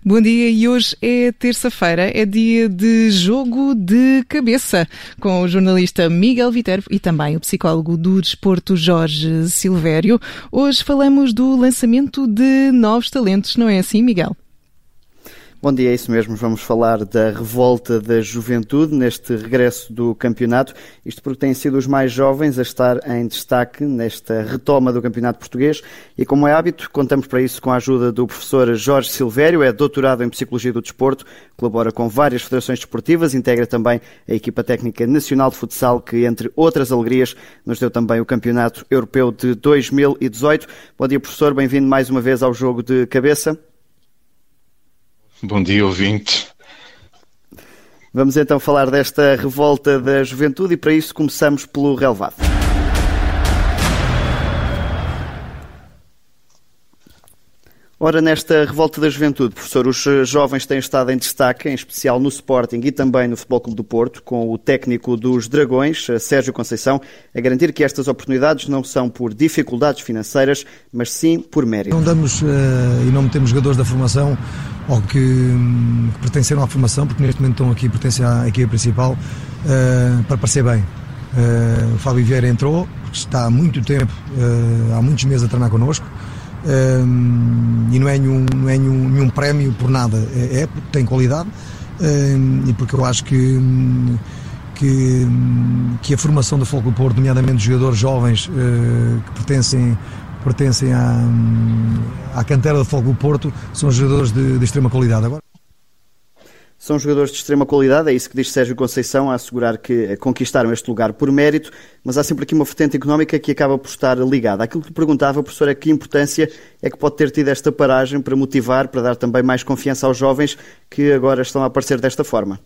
Bom dia, e hoje é terça-feira, é dia de jogo de cabeça, com o jornalista Miguel Viterbo e também o psicólogo do desporto Jorge Silvério. Hoje falamos do lançamento de novos talentos, não é assim, Miguel? Bom dia, é isso mesmo. Vamos falar da revolta da juventude neste regresso do campeonato. Isto porque têm sido os mais jovens a estar em destaque nesta retoma do campeonato português. E como é hábito, contamos para isso com a ajuda do professor Jorge Silvério, é doutorado em Psicologia do Desporto, colabora com várias federações desportivas, integra também a equipa técnica nacional de futsal, que, entre outras alegrias, nos deu também o Campeonato Europeu de 2018. Bom dia, professor. Bem-vindo mais uma vez ao Jogo de Cabeça. Bom dia, ouvintes. Vamos então falar desta revolta da juventude e para isso começamos pelo relevado. Ora, nesta revolta da juventude, professor, os jovens têm estado em destaque, em especial no Sporting e também no Futebol Clube do Porto, com o técnico dos Dragões, Sérgio Conceição, a garantir que estas oportunidades não são por dificuldades financeiras, mas sim por mérito. Não damos e não metemos jogadores da formação ou que pertenceram à formação, porque neste momento estão aqui, pertencem à equipa principal, para parecer bem. O Fábio Vieira entrou, porque está há muito tempo, há muitos meses a treinar connosco, e não é nenhum prémio por nada, é porque tem qualidade, e porque eu acho que a formação do Futebol Clube do Porto, nomeadamente dos jogadores jovens que pertencem à cantera do Futebol Clube do Porto, são jogadores de extrema qualidade. Agora, são jogadores de extrema qualidade, é isso que diz Sérgio Conceição, a assegurar que conquistaram este lugar por mérito, mas há sempre aqui uma vertente económica que acaba por estar ligada. Aquilo que lhe perguntava, professor, é que importância é que pode ter tido esta paragem para motivar, para dar também mais confiança aos jovens que agora estão a aparecer desta forma?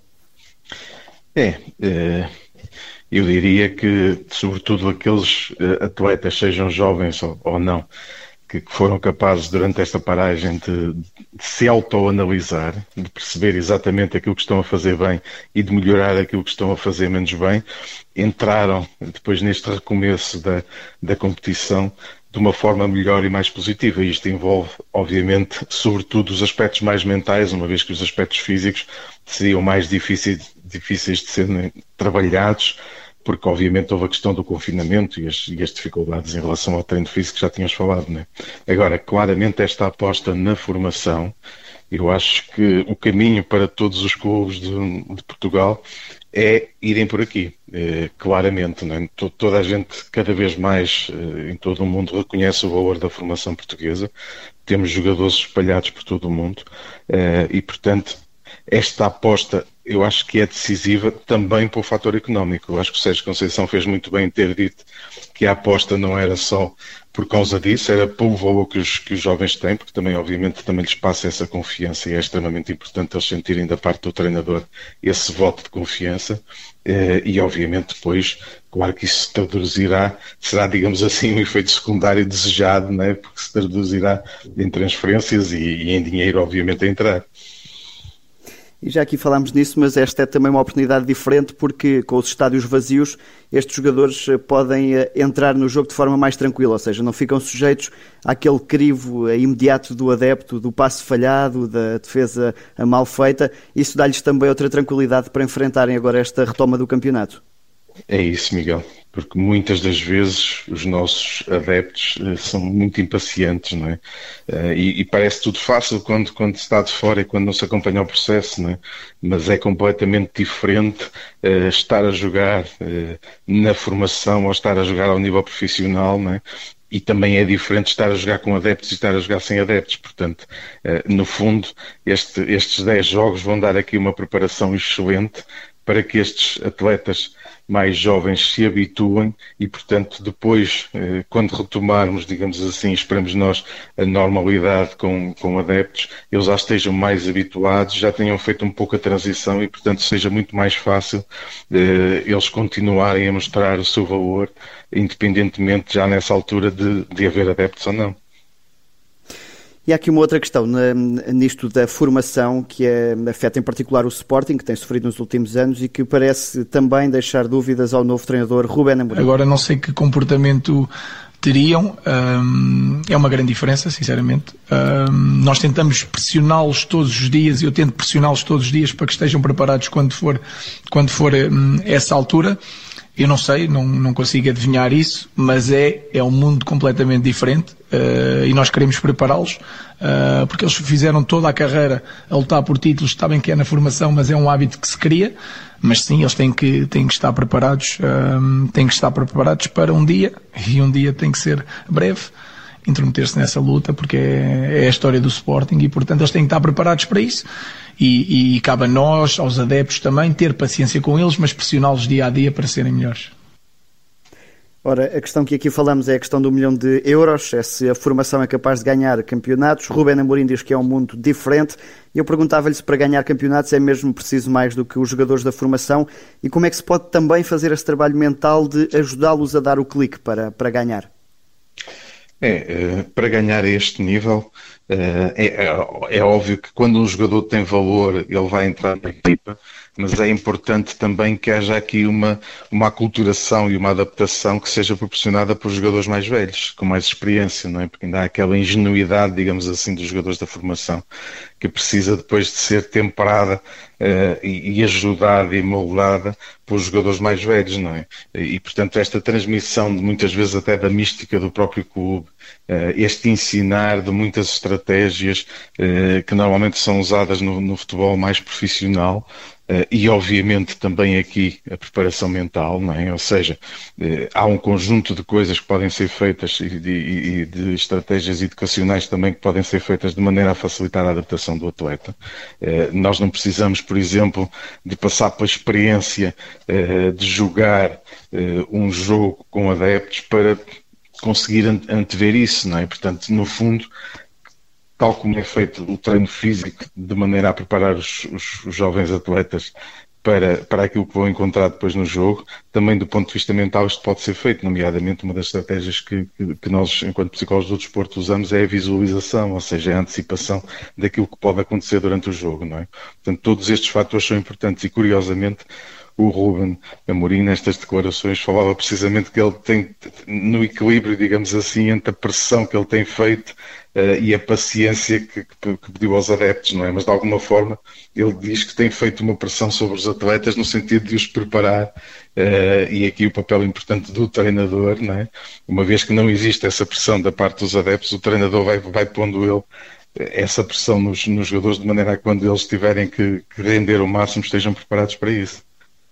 Eu diria que, sobretudo, aqueles atletas, sejam jovens ou não, que foram capazes durante esta paragem de se autoanalisar, de perceber exatamente aquilo que estão a fazer bem e de melhorar aquilo que estão a fazer menos bem, entraram depois neste recomeço da competição de uma forma melhor e mais positiva. E isto envolve, obviamente, sobretudo os aspectos mais mentais, uma vez que os aspectos físicos seriam mais difíceis de serem trabalhados, porque obviamente houve a questão do confinamento e as dificuldades em relação ao treino físico que já tínhamos falado, né? Agora, claramente esta aposta na formação, eu acho que o caminho para todos os clubes de Portugal é irem por aqui, claramente, né? Toda a gente, cada vez mais, em todo o mundo, reconhece o valor da formação portuguesa, temos jogadores espalhados por todo o mundo, e portanto esta aposta eu acho que é decisiva também para o fator económico. Eu acho que o Sérgio Conceição fez muito bem em ter dito que a aposta não era só por causa disso, era pelo valor que os jovens têm, porque também, obviamente, também lhes passa essa confiança e é extremamente importante eles sentirem da parte do treinador esse voto de confiança e, obviamente, depois, claro que isso se traduzirá, será, digamos assim, um efeito secundário desejado, né? Porque se traduzirá em transferências e em dinheiro, obviamente, a entrar. E já aqui falámos nisso, mas esta é também uma oportunidade diferente porque com os estádios vazios estes jogadores podem entrar no jogo de forma mais tranquila, ou seja, não ficam sujeitos àquele crivo imediato do adepto, do passe falhado, da defesa mal feita. Isso dá-lhes também outra tranquilidade para enfrentarem agora esta retoma do campeonato. É isso, Miguel, porque muitas das vezes os nossos adeptos são muito impacientes, não é? E parece tudo fácil quando se está de fora e quando não se acompanha o processo, não é? Mas é completamente diferente estar a jogar na formação ou estar a jogar ao nível profissional, não é? E também é diferente estar a jogar com adeptos e estar a jogar sem adeptos. Portanto, no fundo, estes 10 jogos vão dar aqui uma preparação excelente para que estes atletas mais jovens se habituem e, portanto, depois, quando retomarmos, digamos assim, esperamos nós, a normalidade com adeptos, eles já estejam mais habituados, já tenham feito um pouco a transição e, portanto, seja muito mais fácil eles continuarem a mostrar o seu valor, independentemente já nessa altura de haver adeptos ou não. E há aqui uma outra questão nisto da formação que afeta em particular o Sporting, que tem sofrido nos últimos anos e que parece também deixar dúvidas ao novo treinador Rubén Amorim. Agora não sei que comportamento teriam, é uma grande diferença, sinceramente. Nós tentamos pressioná-los todos os dias, eu tento pressioná-los todos os dias para que estejam preparados quando for essa altura. Eu não sei, não consigo adivinhar isso, mas é um mundo completamente diferente, e nós queremos prepará-los, porque eles fizeram toda a carreira a lutar por títulos, sabem que é na formação, mas é um hábito que se cria. Mas sim, eles têm que estar preparados, para um dia, e um dia tem que ser breve, intrometer-se nessa luta, porque é a história do Sporting, e portanto eles têm que estar preparados para isso, e cabe a nós, aos adeptos também, ter paciência com eles, mas pressioná-los dia a dia para serem melhores. Ora, a questão que aqui falamos é a questão do €1 milhão, é se a formação é capaz de ganhar campeonatos. Rubén Amorim diz que é um mundo diferente. Eu perguntava-lhe se para ganhar campeonatos é mesmo preciso mais do que os jogadores da formação, e como é que se pode também fazer esse trabalho mental de ajudá-los a dar o clique para ganhar. Para ganhar a este nível, é óbvio que quando um jogador tem valor, ele vai entrar na equipa, mas é importante também que haja aqui uma aculturação e uma adaptação que seja proporcionada por jogadores mais velhos, com mais experiência, não é? Porque ainda há aquela ingenuidade, digamos assim, dos jogadores da formação, que precisa depois de ser temperada e ajudada e moldada pelos jogadores mais velhos, não é? E, portanto, esta transmissão, de muitas vezes até da mística do próprio clube, este ensinar de muitas estratégias que normalmente são usadas no futebol mais profissional, e obviamente também aqui a preparação mental, não é? Ou seja, há um conjunto de coisas que podem ser feitas e de estratégias educacionais também que podem ser feitas de maneira a facilitar a adaptação do atleta. Nós não precisamos, por exemplo, de passar pela experiência de jogar um jogo com adeptos para conseguir antever isso, não é? Portanto, no fundo, tal como é feito o treino físico de maneira a preparar os jovens atletas para aquilo que vão encontrar depois no jogo, também do ponto de vista mental isto pode ser feito, nomeadamente uma das estratégias que nós, enquanto psicólogos do desporto, usamos é a visualização, ou seja, a antecipação daquilo que pode acontecer durante o jogo, não é? Portanto, todos estes fatores são importantes e, curiosamente, o Rubén Amorim, nestas declarações, falava precisamente que ele tem, no equilíbrio, digamos assim, entre a pressão que ele tem feito e a paciência que pediu aos adeptos, não é? Mas, de alguma forma, ele diz que tem feito uma pressão sobre os atletas no sentido de os preparar, e aqui o papel importante do treinador, não é? Uma vez que não existe essa pressão da parte dos adeptos, o treinador vai pondo ele essa pressão nos jogadores de maneira a que, quando eles tiverem que render o máximo, estejam preparados para isso.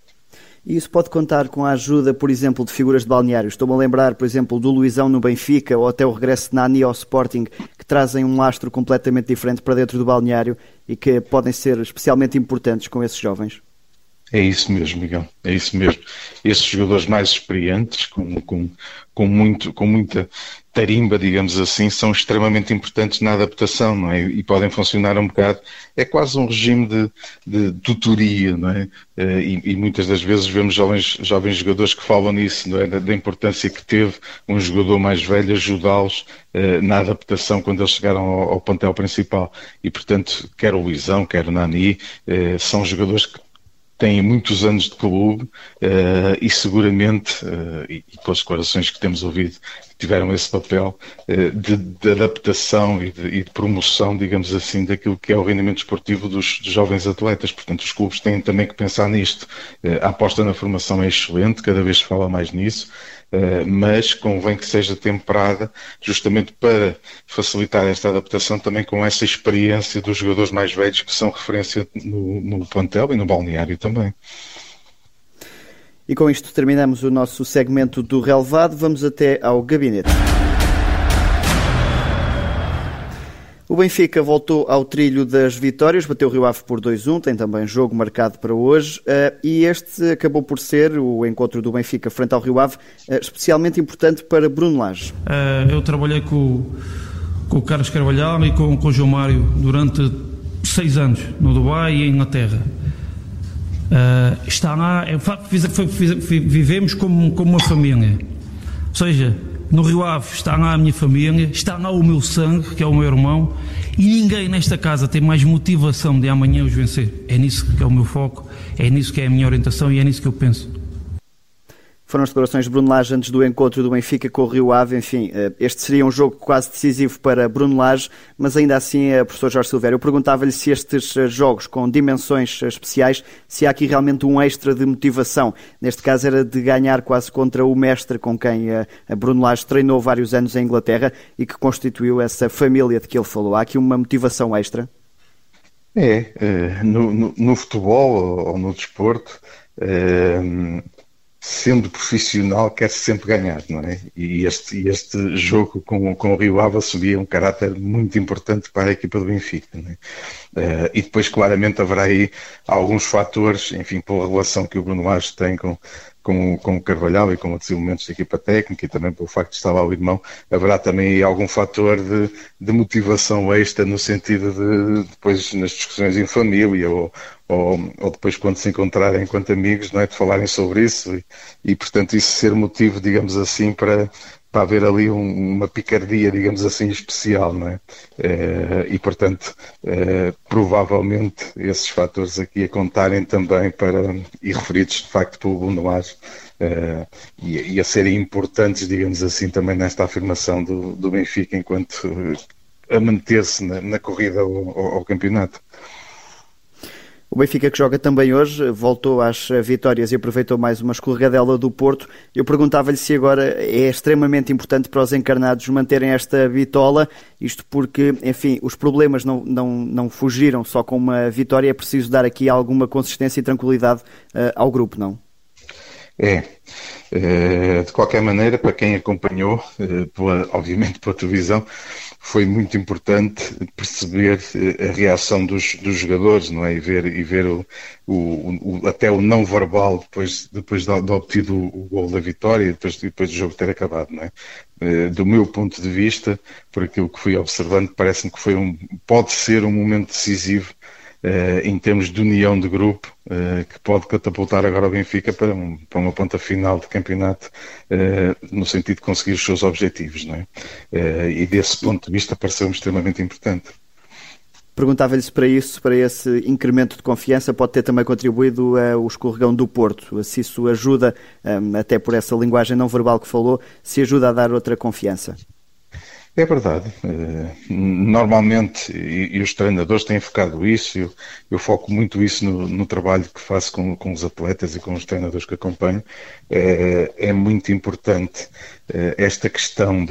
E isso pode contar com a ajuda, por exemplo, de figuras de balneário. Estou-me a lembrar, por exemplo, do Luizão no Benfica, ou até o regresso de Nani ao Sporting, que trazem um lastro completamente diferente para dentro do balneário e que podem ser especialmente importantes com esses jovens. É isso mesmo, Miguel, é isso mesmo. Esses jogadores mais experientes, com muita tarimba, digamos assim, são extremamente importantes na adaptação, não é? E podem funcionar um bocado, é quase um regime de tutoria, não é? E muitas das vezes vemos jovens jogadores que falam nisso, não é? Da importância que teve um jogador mais velho ajudá-los na adaptação quando eles chegaram ao plantel principal. E, portanto, quer o Luizão, quer o Nani, são jogadores que têm muitos anos de clube, e seguramente, e pelas declarações que temos ouvido, tiveram esse papel de adaptação e de promoção, digamos assim, daquilo que é o rendimento esportivo dos jovens atletas. Portanto, os clubes têm também que pensar nisto. A aposta na formação é excelente, cada vez se fala mais nisso, mas convém que seja temperada justamente para facilitar esta adaptação também com essa experiência dos jogadores mais velhos que são referência no plantel e no balneário também. E com isto terminamos o nosso segmento do relevado. Vamos até ao gabinete. O Benfica voltou ao trilho das vitórias, bateu o Rio Ave por 2-1, tem também jogo marcado para hoje, e este acabou por ser o encontro do Benfica frente ao Rio Ave, especialmente importante para Bruno Lage. Eu trabalhei com o Carlos Carvalhal e com o João Mário durante 6 anos, no Dubai e em Inglaterra. Está lá, vivemos como uma família, ou seja, no Rio Ave está lá a minha família, está lá o meu sangue, que é o meu irmão, e ninguém nesta casa tem mais motivação de amanhã os vencer. É nisso que é o meu foco, é nisso que é a minha orientação e é nisso que eu penso. foram as declarações de Bruno Lage antes do encontro do Benfica com o Rio Ave. Enfim, este seria um jogo quase decisivo para Bruno Lage, mas ainda assim, professor Jorge Silvério, eu perguntava-lhe se estes jogos com dimensões especiais, se há aqui realmente um extra de motivação. Neste caso era de ganhar quase contra o mestre com quem a Bruno Lage treinou vários anos em Inglaterra e que constituiu essa família de que ele falou. Há aqui uma motivação extra? No futebol ou no desporto, sendo profissional, quer-se sempre ganhar, não é? E este jogo com o Rio Ave assumia um caráter muito importante para a equipa do Benfica, não é? E depois, claramente, haverá aí alguns fatores, enfim, pela relação que o Bruno Lage tem com o Carvalhal e com outros elementos da equipa técnica e também pelo facto de estar lá o irmão, haverá também aí algum fator de motivação extra no sentido de depois nas discussões em família ou depois quando se encontrarem enquanto amigos, não é, de falarem sobre isso e portanto isso ser motivo, digamos assim, para haver ali uma picardia, digamos assim, especial, não é? E, portanto, provavelmente esses fatores aqui a contarem também e referidos, de facto, pelo Bruno Lage, e a serem importantes, digamos assim, também nesta afirmação do Benfica enquanto a manter-se na corrida ao campeonato. O Benfica que joga também hoje, voltou às vitórias e aproveitou mais uma escorregadela do Porto. Eu perguntava-lhe se agora é extremamente importante para os encarnados manterem esta bitola, isto porque, enfim, os problemas não fugiram só com uma vitória, é preciso dar aqui alguma consistência e tranquilidade ao grupo, não? De qualquer maneira, para quem acompanhou, obviamente pela televisão, foi muito importante perceber a reação dos jogadores, não é? E ver até o não verbal depois de obtido o gol da vitória e depois do jogo ter acabado, não é? Do meu ponto de vista, por aquilo que fui observando, parece-me que pode ser um momento decisivo em termos de união de grupo, que pode catapultar agora o Benfica para uma ponta final de campeonato, no sentido de conseguir os seus objetivos, não é? E desse ponto de vista pareceu-me extremamente importante. Perguntava-lhe se para esse incremento de confiança pode ter também contribuído o escorregão do Porto, se isso ajuda, até por essa linguagem não verbal que falou, se ajuda a dar outra confiança. É verdade. Normalmente, e os treinadores têm focado isso, eu foco muito isso no trabalho que faço com os atletas e com os treinadores que acompanho. É muito importante esta questão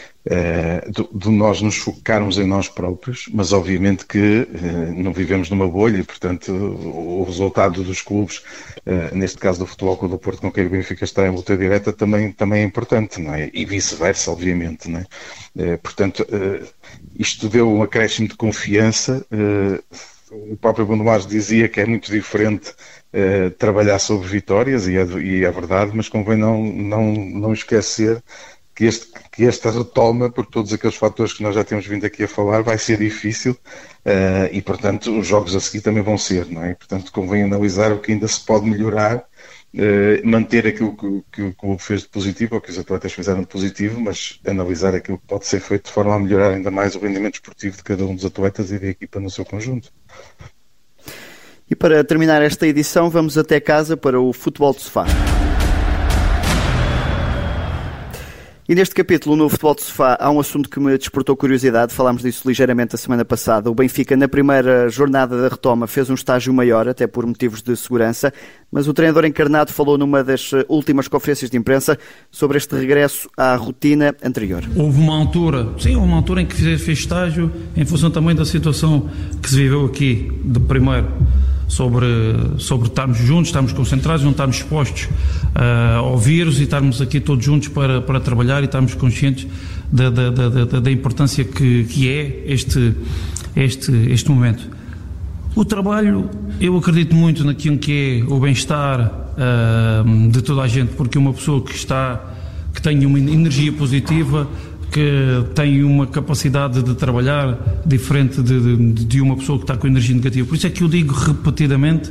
de nós nos focarmos em nós próprios, mas obviamente que não vivemos numa bolha e, portanto, o resultado dos clubes, neste caso do Futebol Clube do Porto, com quem o Benfica está em luta direta, também é importante, não é? E vice-versa, obviamente, não é? Portanto, isto deu um acréscimo de confiança. O próprio Bruno Lage dizia que é muito diferente trabalhar sobre vitórias, e é verdade, mas convém não esquecer que esta retoma, por todos aqueles fatores que nós já temos vindo aqui a falar, vai ser difícil e, portanto, os jogos a seguir também vão ser, não é? Portanto, convém analisar o que ainda se pode melhorar, manter aquilo que o clube fez de positivo, ou que os atletas fizeram de positivo, mas analisar aquilo que pode ser feito de forma a melhorar ainda mais o rendimento esportivo de cada um dos atletas e da equipa no seu conjunto. E para terminar esta edição, vamos até casa para o Futebol de Sofá. E neste capítulo, no Futebol de Sofá, há um assunto que me despertou curiosidade. Falámos disso ligeiramente a semana passada. O Benfica, na primeira jornada da retoma, fez um estágio maior, até por motivos de segurança, mas o treinador encarnado falou numa das últimas conferências de imprensa sobre este regresso à rotina anterior. Houve uma altura em que fez estágio, em função também da situação que se viveu aqui, de primeiro, sobre estarmos juntos, estarmos concentrados, não estarmos expostos ao vírus e estarmos aqui todos juntos para trabalhar e estarmos conscientes da importância que é este momento. O trabalho, eu acredito muito naquilo que é o bem-estar de toda a gente, porque uma pessoa que tem uma energia positiva, que tem uma capacidade de trabalhar diferente de uma pessoa que está com energia negativa. Por isso é que eu digo repetidamente,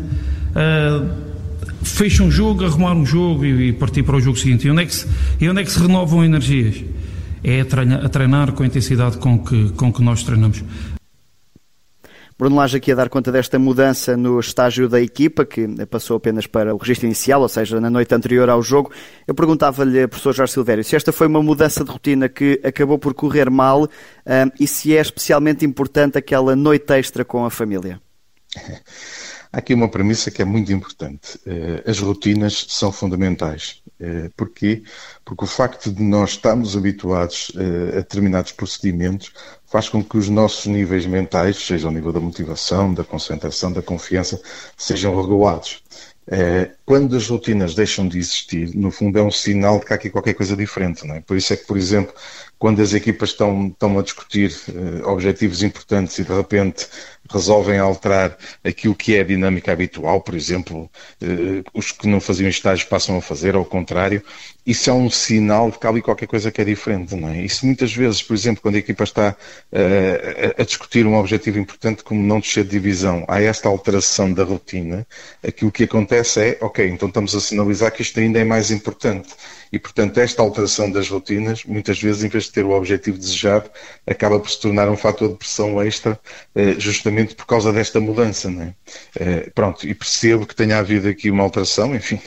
fecha um jogo, arrumar um jogo e partir para o jogo seguinte. E onde é que se renovam energias? É a treinar com a intensidade com que nós treinamos. Bruno Lage aqui a dar conta desta mudança no estágio da equipa, que passou apenas para o registro inicial, ou seja, na noite anterior ao jogo. Eu perguntava-lhe, professor Jorge Silvério, se esta foi uma mudança de rotina que acabou por correr mal e se é especialmente importante aquela noite extra com a família. Há aqui uma premissa que é muito importante. As rotinas são fundamentais. Porquê? Porque o facto de nós estarmos habituados a determinados procedimentos faz com que os nossos níveis mentais, seja ao nível da motivação, da concentração, da confiança, sejam regulados. Quando as rotinas deixam de existir, no fundo é um sinal de que há aqui qualquer coisa diferente, não é? Por isso é que, por exemplo, quando as equipas estão a discutir objetivos importantes e de repente resolvem alterar aquilo que é a dinâmica habitual, por exemplo, os que não faziam estágios passam a fazer, ao contrário, isso é um sinal de que há ali qualquer coisa que é diferente, não é? Isso muitas vezes, por exemplo, quando a equipa está a discutir um objetivo importante como não descer de divisão, há esta alteração da rotina, aquilo que acontece é, ok, então estamos a sinalizar que isto ainda é mais importante. E, portanto, esta alteração das rotinas, muitas vezes, em vez de ter o objetivo desejado, acaba por se tornar um fator de pressão extra, justamente por causa desta mudança, não é? Pronto, e percebo que tenha havido aqui uma alteração, enfim,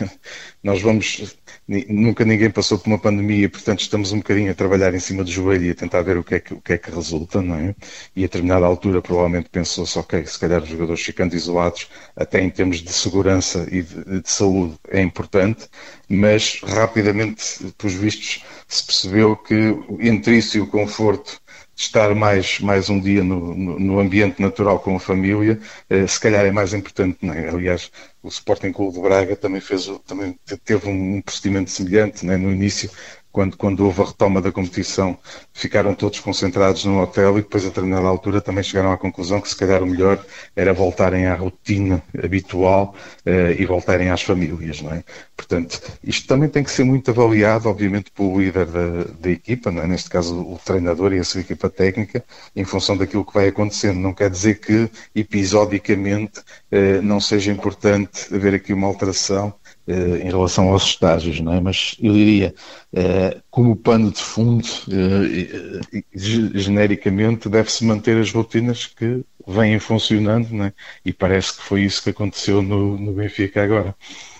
nunca ninguém passou por uma pandemia, portanto estamos um bocadinho a trabalhar em cima do joelho e a tentar ver o que é que resulta, não é? E a determinada altura provavelmente pensou-se, ok, se calhar os jogadores ficando isolados, até em termos de segurança e de saúde é importante, mas rapidamente, pelos vistos, se percebeu que entre isso e o conforto de estar mais um dia no ambiente natural com a família, se calhar é mais importante, não é? Aliás, o Sporting Clube de Braga também teve um procedimento semelhante, não é? No início, quando houve a retoma da competição, ficaram todos concentrados no hotel e depois, a determinada altura, também chegaram à conclusão que se calhar o melhor era voltarem à rotina habitual e voltarem às famílias, não é? Portanto, isto também tem que ser muito avaliado, obviamente, pelo líder da equipa, não é? Neste caso o treinador e a sua equipa técnica, em função daquilo que vai acontecendo. Não quer dizer que, episodicamente, não seja importante haver aqui uma alteração em relação aos estágios, não é? Mas eu diria, como pano de fundo, genericamente, deve-se manter as rotinas que vêm funcionando, não é? E parece que foi isso que aconteceu no Benfica agora.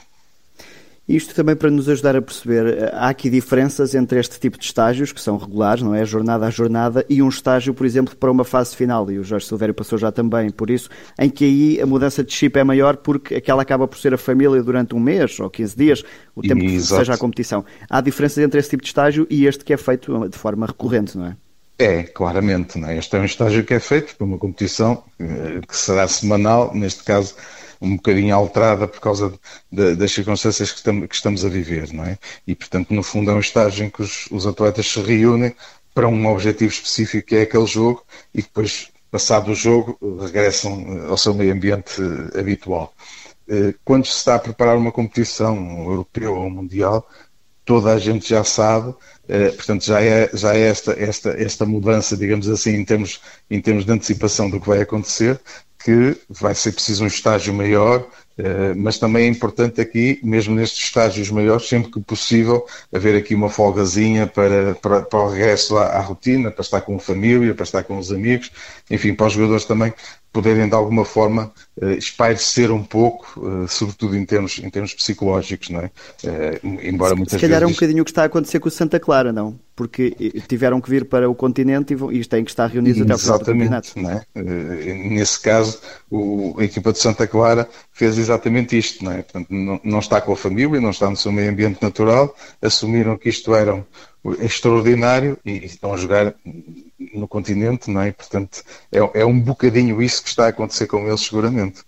Isto também para nos ajudar a perceber, há aqui diferenças entre este tipo de estágios, que são regulares, não é? Jornada a jornada, e um estágio, por exemplo, para uma fase final, e o Jorge Silvério passou já também por isso, em que aí a mudança de chip é maior porque aquela acaba por ser a família durante um mês ou 15 dias, o tempo que seja a competição. Há diferenças entre esse tipo de estágio e este que é feito de forma recorrente, não é? É, claramente, não é? Este é um estágio que é feito para uma competição que será semanal, neste caso um bocadinho alterada por causa das circunstâncias que estamos a viver, não é? E, portanto, no fundo é um estágio em que os atletas se reúnem para um objetivo específico que é aquele jogo e depois, passado o jogo, regressam ao seu meio ambiente habitual. Quando se está a preparar uma competição, um europeu ou um mundial, toda a gente já sabe, portanto já é esta mudança, digamos assim, em termos de antecipação do que vai acontecer, que vai ser preciso um estágio maior, mas também é importante aqui, mesmo nestes estágios maiores, sempre que possível, haver aqui uma folgazinha para o regresso à rotina, para estar com a família, para estar com os amigos, enfim, para os jogadores também poderem de alguma forma espairecer um pouco, sobretudo em termos psicológicos, não é? Embora muitas vezes... Se calhar é um bocadinho o que está a acontecer com o Santa Clara, não? Porque tiveram que vir para o continente e têm que estar reunidos até ao final do campeonato. Não é? Nesse caso, a equipa de Santa Clara fez exatamente isto, não é? Portanto, não está com a família, não está no seu meio ambiente natural, assumiram que isto era extraordinário e estão a jogar no continente, não é? Portanto, é um bocadinho isso que está a acontecer com eles, seguramente.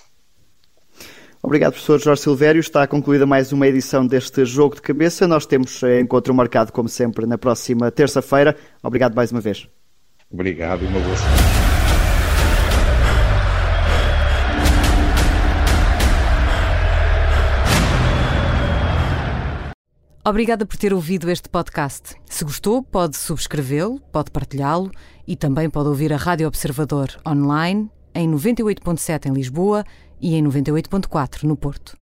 Obrigado, professor Jorge Silvério. Está concluída mais uma edição deste Jogo de Cabeça. Nós temos encontro marcado, como sempre, na próxima terça-feira. Obrigado mais uma vez. Obrigado e uma boa semana. Obrigada por ter ouvido este podcast. Se gostou, pode subscrevê-lo, pode partilhá-lo e também pode ouvir a Rádio Observador online em 98.7 em Lisboa e em 98.4 no Porto.